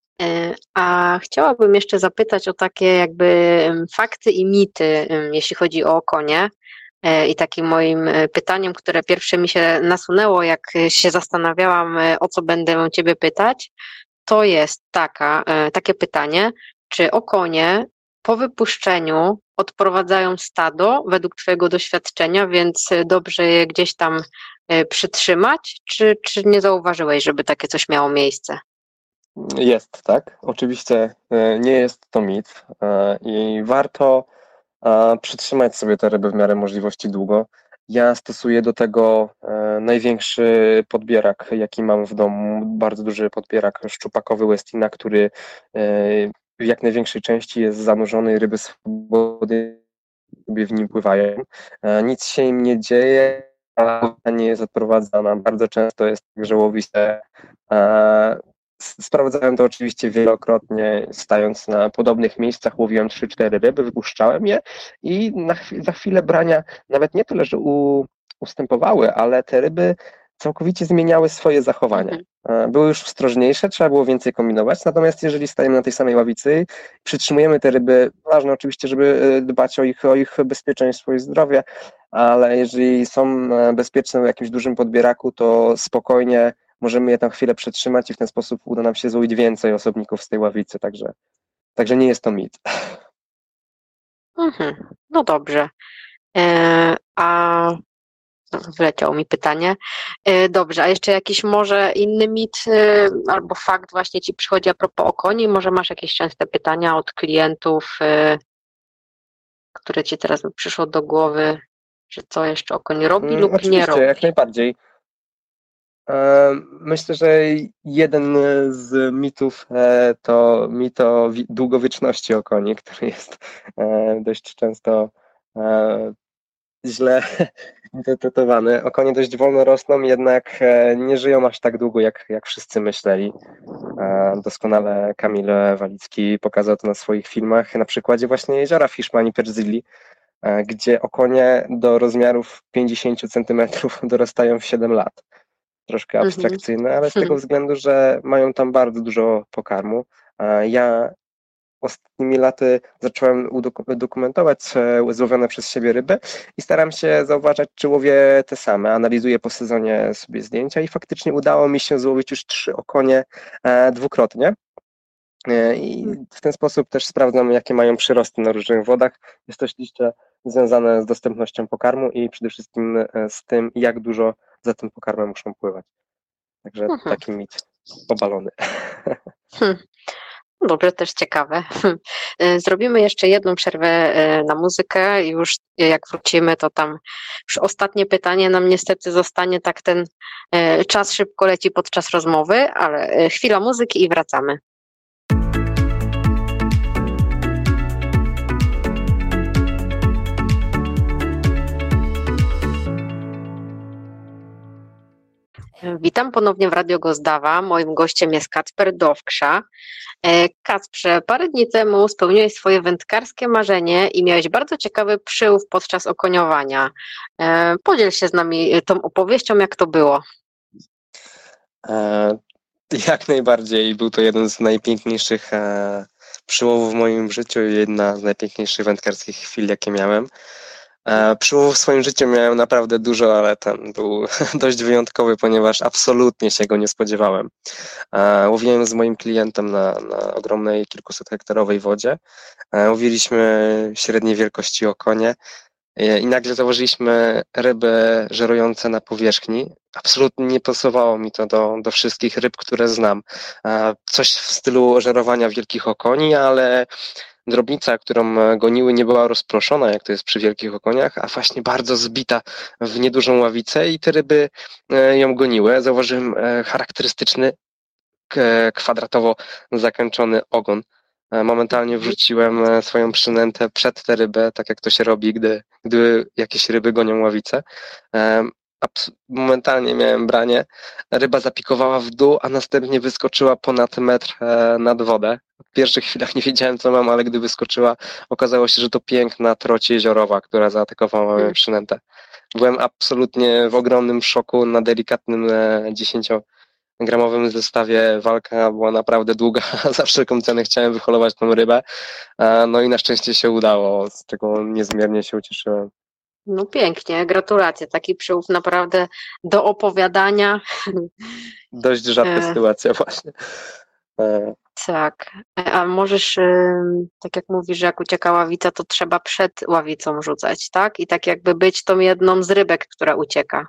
Y, A chciałabym jeszcze zapytać o takie jakby ym, fakty i mity, ym, jeśli chodzi o okonie. Y, I takim moim y, pytaniem, które pierwsze mi się nasunęło, jak y, się zastanawiałam, y, o co będę Ciebie pytać, to jest taka, y, takie pytanie, czy okonie po wypuszczeniu odprowadzają stado według Twojego doświadczenia, więc y, dobrze je gdzieś tam y, przytrzymać, czy, czy nie zauważyłeś, żeby takie coś miało miejsce? Jest, tak. Oczywiście e, nie jest to mit e, i warto e, przytrzymać sobie te ryby w miarę możliwości długo. Ja stosuję do tego e, największy podbierak, jaki mam w domu, bardzo duży podbierak szczupakowy Westina, który e, w jak największej części jest zanurzony i ryby swobodnie sobie w nim pływają. E, nic się im nie dzieje, a nie jest odprowadzana. Bardzo często jest tak, że łowi się. E, sprawdzałem to oczywiście wielokrotnie, stając na podobnych miejscach, łowiłem trzy cztery ryby, wypuszczałem je i na chwil, za chwilę brania nawet nie tyle, że u, ustępowały, ale te ryby całkowicie zmieniały swoje zachowanie. Mhm. Były już ostrożniejsze, trzeba było więcej kombinować, natomiast jeżeli stajemy na tej samej ławicy, przytrzymujemy te ryby, ważne oczywiście, żeby dbać o ich, o ich bezpieczeństwo i zdrowie, ale jeżeli są bezpieczne w jakimś dużym podbieraku, to spokojnie możemy je tam chwilę przetrzymać i w ten sposób uda nam się złowić więcej osobników z tej ławicy, także, także nie jest to mit. Mhm. No dobrze. E, a wleciało mi pytanie. E, dobrze, a jeszcze jakiś może inny mit e, albo fakt właśnie ci przychodzi a propos okoni? Może masz jakieś częste pytania od klientów, e, które ci teraz przyszło do głowy, że co jeszcze okoń robi Mm, lub nie Oczywiście, robi? jak najbardziej. Myślę, że jeden z mitów to mit o długowieczności okoni, który jest dość często źle interpretowany. Okonie dość wolno rosną, jednak nie żyją aż tak długo, jak, jak wszyscy myśleli. Doskonale Kamil Walicki pokazał to na swoich filmach, na przykładzie właśnie jeziora w Hiszpanii, Perzylli, gdzie okonie do rozmiarów pięćdziesiąt centymetrów dorastają w siedem lat. Troszkę abstrakcyjne, ale z tego względu, że mają tam bardzo dużo pokarmu. Ja ostatnimi laty zacząłem dokumentować złowione przez siebie ryby i staram się zauważać, czy łowię te same. Analizuję po sezonie sobie zdjęcia i faktycznie udało mi się złowić już trzy okonie dwukrotnie. I w ten sposób też sprawdzam, jakie mają przyrosty na różnych wodach. Jest to ściśle związane z dostępnością pokarmu i przede wszystkim z tym, jak dużo za tym pokarmem muszą pływać. Także Mhm. taki mit obalony. Hmm. Dobrze, też ciekawe. Zrobimy jeszcze jedną przerwę na muzykę i już jak wrócimy, to tam już ostatnie pytanie nam niestety zostanie, tak ten czas szybko leci podczas rozmowy, ale chwila muzyki i wracamy. Witam ponownie w Radio Gozdawa. Moim gościem jest Kacper Dowksza. Kacprze, parę dni temu spełniłeś swoje wędkarskie marzenie i miałeś bardzo ciekawy przyłów podczas okoniowania. Podziel się z nami tą opowieścią, jak to było. E, jak najbardziej. Był to jeden z najpiękniejszych e, przyłowów w moim życiu i jedna z najpiękniejszych wędkarskich chwil, jakie miałem. Przyłowów w swoim życiu miałem naprawdę dużo, ale ten był dość wyjątkowy, ponieważ absolutnie się go nie spodziewałem. Łowiłem z moim klientem na, na ogromnej, kilkuset-hektarowej wodzie. Łowiliśmy średniej wielkości okonie i nagle założyliśmy ryby żerujące na powierzchni. Absolutnie nie pasowało mi to do, do wszystkich ryb, które znam. Coś w stylu żerowania wielkich okoni, ale drobnica, którą goniły, nie była rozproszona, jak to jest przy wielkich okoniach, a właśnie bardzo zbita w niedużą ławicę i te ryby ją goniły. Zauważyłem charakterystyczny, kwadratowo zakończony ogon. Momentalnie wrzuciłem swoją przynętę przed tę rybę, tak jak to się robi, gdy, gdy jakieś ryby gonią ławicę. Momentalnie miałem branie, ryba zapikowała w dół, a następnie wyskoczyła ponad metr nad wodę. W pierwszych chwilach nie wiedziałem, co mam, ale gdy wyskoczyła, okazało się, że to piękna troć jeziorowa, która zaatakowała moją przynętę. Byłem absolutnie w ogromnym szoku. Na delikatnym dziesięciogramowym zestawie walka była naprawdę długa. Za wszelką cenę chciałem wyholować tą rybę. No i na szczęście się udało, z czego niezmiernie się ucieszyłem. No pięknie, gratulacje. Taki przyłów naprawdę do opowiadania. Dość rzadka sytuacja właśnie. Tak, a możesz, tak jak mówisz, że jak ucieka ławica, to trzeba przed ławicą rzucać, tak? I tak jakby być tą jedną z rybek, która ucieka.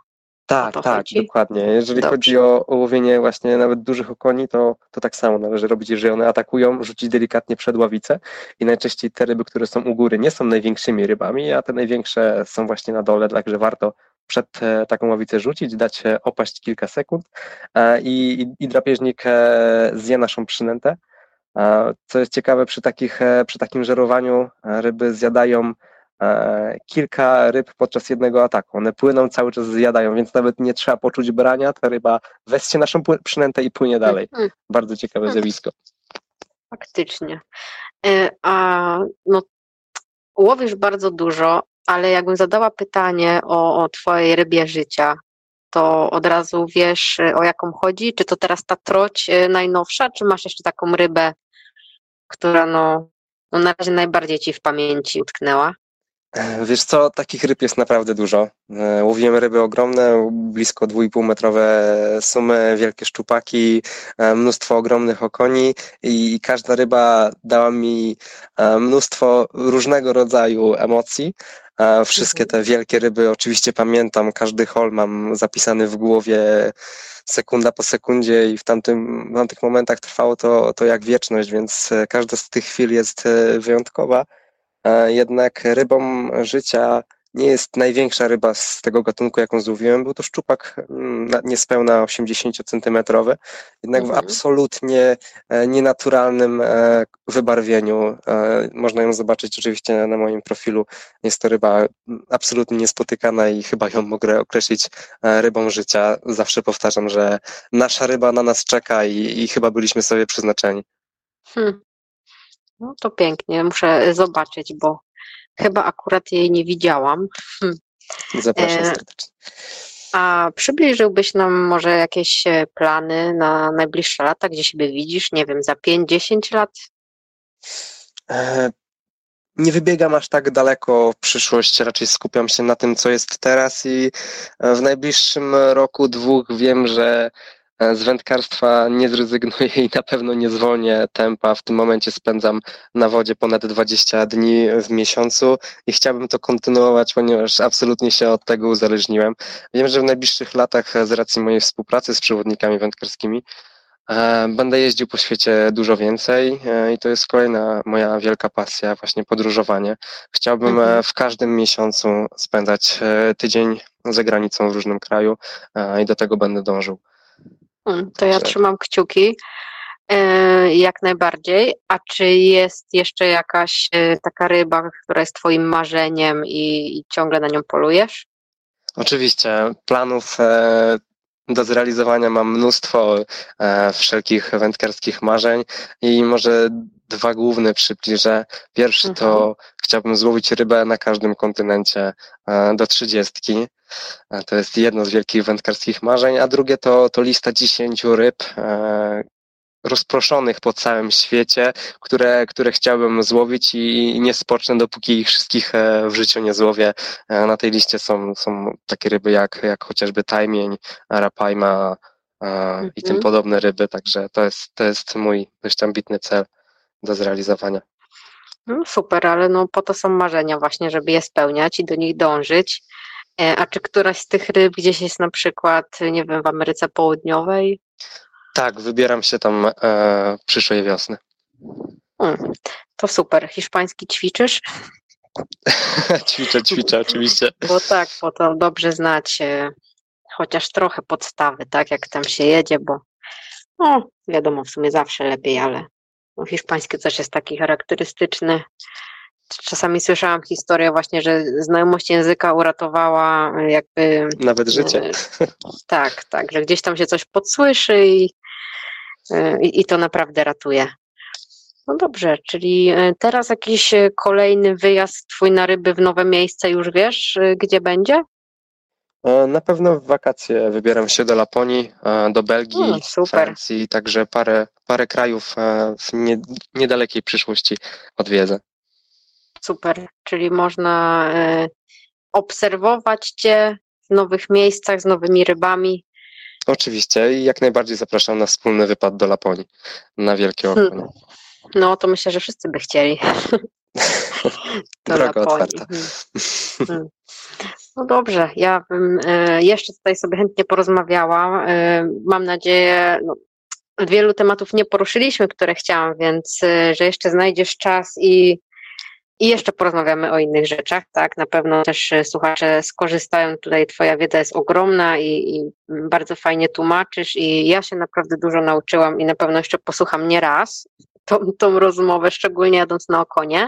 Tak, to tak, chodzi? dokładnie. Jeżeli Dobrze. chodzi o, o łowienie właśnie nawet dużych okoni, to, to tak samo należy robić, jeżeli one atakują, rzucić delikatnie przed ławicę i najczęściej te ryby, które są u góry, nie są największymi rybami, a te największe są właśnie na dole, także warto przed e, taką ławicę rzucić, dać e, opaść kilka sekund e, i, i, i drapieżnik e, zje naszą przynętę. E, Co jest ciekawe, przy, takich, e, przy takim żerowaniu e, ryby zjadają e, kilka ryb podczas jednego ataku. One płyną, cały czas zjadają, więc nawet nie trzeba poczuć brania, ta ryba weźmie naszą pły- przynętę i płynie dalej. Mhm. Bardzo ciekawe zjawisko. Faktycznie. E, A no, łowisz bardzo dużo, ale jakbym zadała pytanie o, o twojej rybie życia, to od razu wiesz, e, o jaką chodzi? Czy to teraz ta troć e, najnowsza, czy masz jeszcze taką rybę, która no, no na razie najbardziej ci w pamięci utknęła? E, Wiesz co, takich ryb jest naprawdę dużo. E, Łowiłem ryby ogromne, blisko dwa i pół metrowe sumy, wielkie szczupaki, e, mnóstwo ogromnych okoni i, i każda ryba dała mi e, mnóstwo różnego rodzaju emocji. E, Wszystkie te wielkie ryby oczywiście pamiętam, każdy hol mam zapisany w głowie sekunda po sekundzie i w, tamtym, w tamtych momentach trwało to, to jak wieczność, więc e, każda z tych chwil jest e, wyjątkowa. E, Jednak rybą życia nie jest największa ryba z tego gatunku, jaką złowiłem. Był to szczupak mm, na- niespełna osiemdziesięciocentymetrowy, jednak w Mhm. absolutnie e, nienaturalnym e, wybarwieniu. E, Można ją zobaczyć oczywiście na moim profilu. Jest to ryba mm, absolutnie niespotykana i chyba ją mogę określić e, rybą życia. Zawsze powtarzam, że nasza ryba na nas czeka i, i chyba byliśmy sobie przeznaczeni. Hmm. No to pięknie, muszę zobaczyć, bo chyba akurat jej nie widziałam. Hmm. Zapraszam E, serdecznie. A przybliżyłbyś nam może jakieś e, plany na najbliższe lata, gdzie siebie widzisz, nie wiem, za pięć dziesięć lat? E, Nie wybiegam aż tak daleko w przyszłość, raczej skupiam się na tym, co jest teraz i e, w najbliższym roku, dwóch wiem, że e, z wędkarstwa nie zrezygnuję i na pewno nie zwolnię tempa. W tym momencie spędzam na wodzie ponad dwadzieścia dni w miesiącu i chciałbym to kontynuować, ponieważ absolutnie się od tego uzależniłem. Wiem, że w najbliższych latach e, z racji mojej współpracy z przewodnikami wędkarskimi E, Będę jeździł po świecie dużo więcej e, i to jest kolejna moja wielka pasja, właśnie podróżowanie. Chciałbym Mhm. e, w każdym miesiącu spędzać e, tydzień za granicą w różnym kraju e, i do tego będę dążył. Hmm, to ja Także- trzymam kciuki, e, jak najbardziej. A czy jest jeszcze jakaś e, taka ryba, która jest twoim marzeniem i, i ciągle na nią polujesz? Oczywiście planów e, do zrealizowania mam mnóstwo e, wszelkich wędkarskich marzeń i może dwa główne przybliżę. Pierwszy Mhm. to chciałbym złowić rybę na każdym kontynencie e, do trzydziestki. E, To jest jedno z wielkich wędkarskich marzeń, a drugie to, to lista dziesięciu ryb e, rozproszonych po całym świecie, które, które chciałbym złowić i nie spocznę, dopóki ich wszystkich e, w życiu nie złowię. E, Na tej liście są, są takie ryby jak, jak chociażby tajmień, rapajma e, i tym Mhm. podobne ryby, także to jest, to jest mój dość ambitny cel do zrealizowania. No super, ale no po to są marzenia właśnie, żeby je spełniać i do nich dążyć. E, A czy któraś z tych ryb gdzieś jest na przykład, nie wiem, w Ameryce Południowej? Tak, wybieram się tam e, przyszłej wiosny. Hmm, to super. Hiszpański ćwiczysz? ćwiczę, ćwiczę oczywiście. Bo tak, po to dobrze znać e, chociaż trochę podstawy, tak, jak tam się jedzie, bo no, wiadomo, w sumie zawsze lepiej, ale no, hiszpański też jest taki charakterystyczny. Czasami słyszałam historię właśnie, że znajomość języka uratowała e, jakby... Nawet życie. e, Tak, tak, że gdzieś tam się coś podsłyszy i, e, i, i to naprawdę ratuje. No dobrze, czyli e, teraz jakiś e, kolejny wyjazd twój na ryby w nowe miejsce, już wiesz, e, gdzie będzie? E, Na pewno w wakacje wybieram się do Laponii, e, do Belgii, Mm, super. Francji, także parę, parę krajów e, w nie, niedalekiej przyszłości odwiedzę. Super, czyli można e, obserwować cię w nowych miejscach z nowymi rybami. Oczywiście i jak najbardziej zapraszam na wspólny wypad do Laponii, na Wielkie Hmm. Okonie. No to myślę, że wszyscy by chcieli. Do Droga Laponii. otwarta. Hmm. Hmm. No dobrze, ja bym e, jeszcze tutaj sobie chętnie porozmawiała. E, Mam nadzieję, no, wielu tematów nie poruszyliśmy, które chciałam, więc e, że jeszcze znajdziesz czas i, i jeszcze porozmawiamy o innych rzeczach, tak? Na pewno też e, słuchacze skorzystają. Tutaj twoja wiedza jest ogromna i, i bardzo fajnie tłumaczysz i ja się naprawdę dużo nauczyłam i na pewno jeszcze posłucham nie raz tą, tą rozmowę, szczególnie jadąc na Okonie.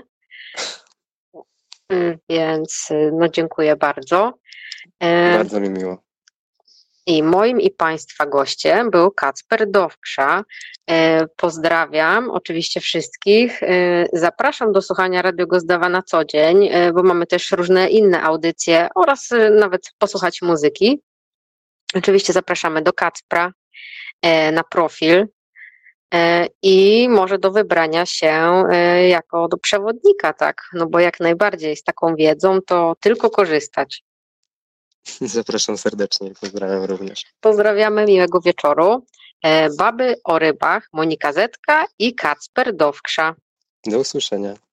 Mm, Więc e, no dziękuję bardzo. E, Bardzo mi miło. I moim i Państwa gościem był Kacper Dowksza. E, Pozdrawiam oczywiście wszystkich. E, Zapraszam do słuchania Radio Gozdawa na co dzień, e, bo mamy też różne inne audycje oraz e, nawet posłuchać muzyki. Oczywiście zapraszamy do Kacpra e, na profil e, i może do wybrania się e, jako do przewodnika, tak, no bo jak najbardziej z taką wiedzą to tylko korzystać. Zapraszam serdecznie i pozdrawiam również. Pozdrawiamy, miłego wieczoru. E, Baby o rybach, Monika Zetka i Kacper Dowksza. Do usłyszenia.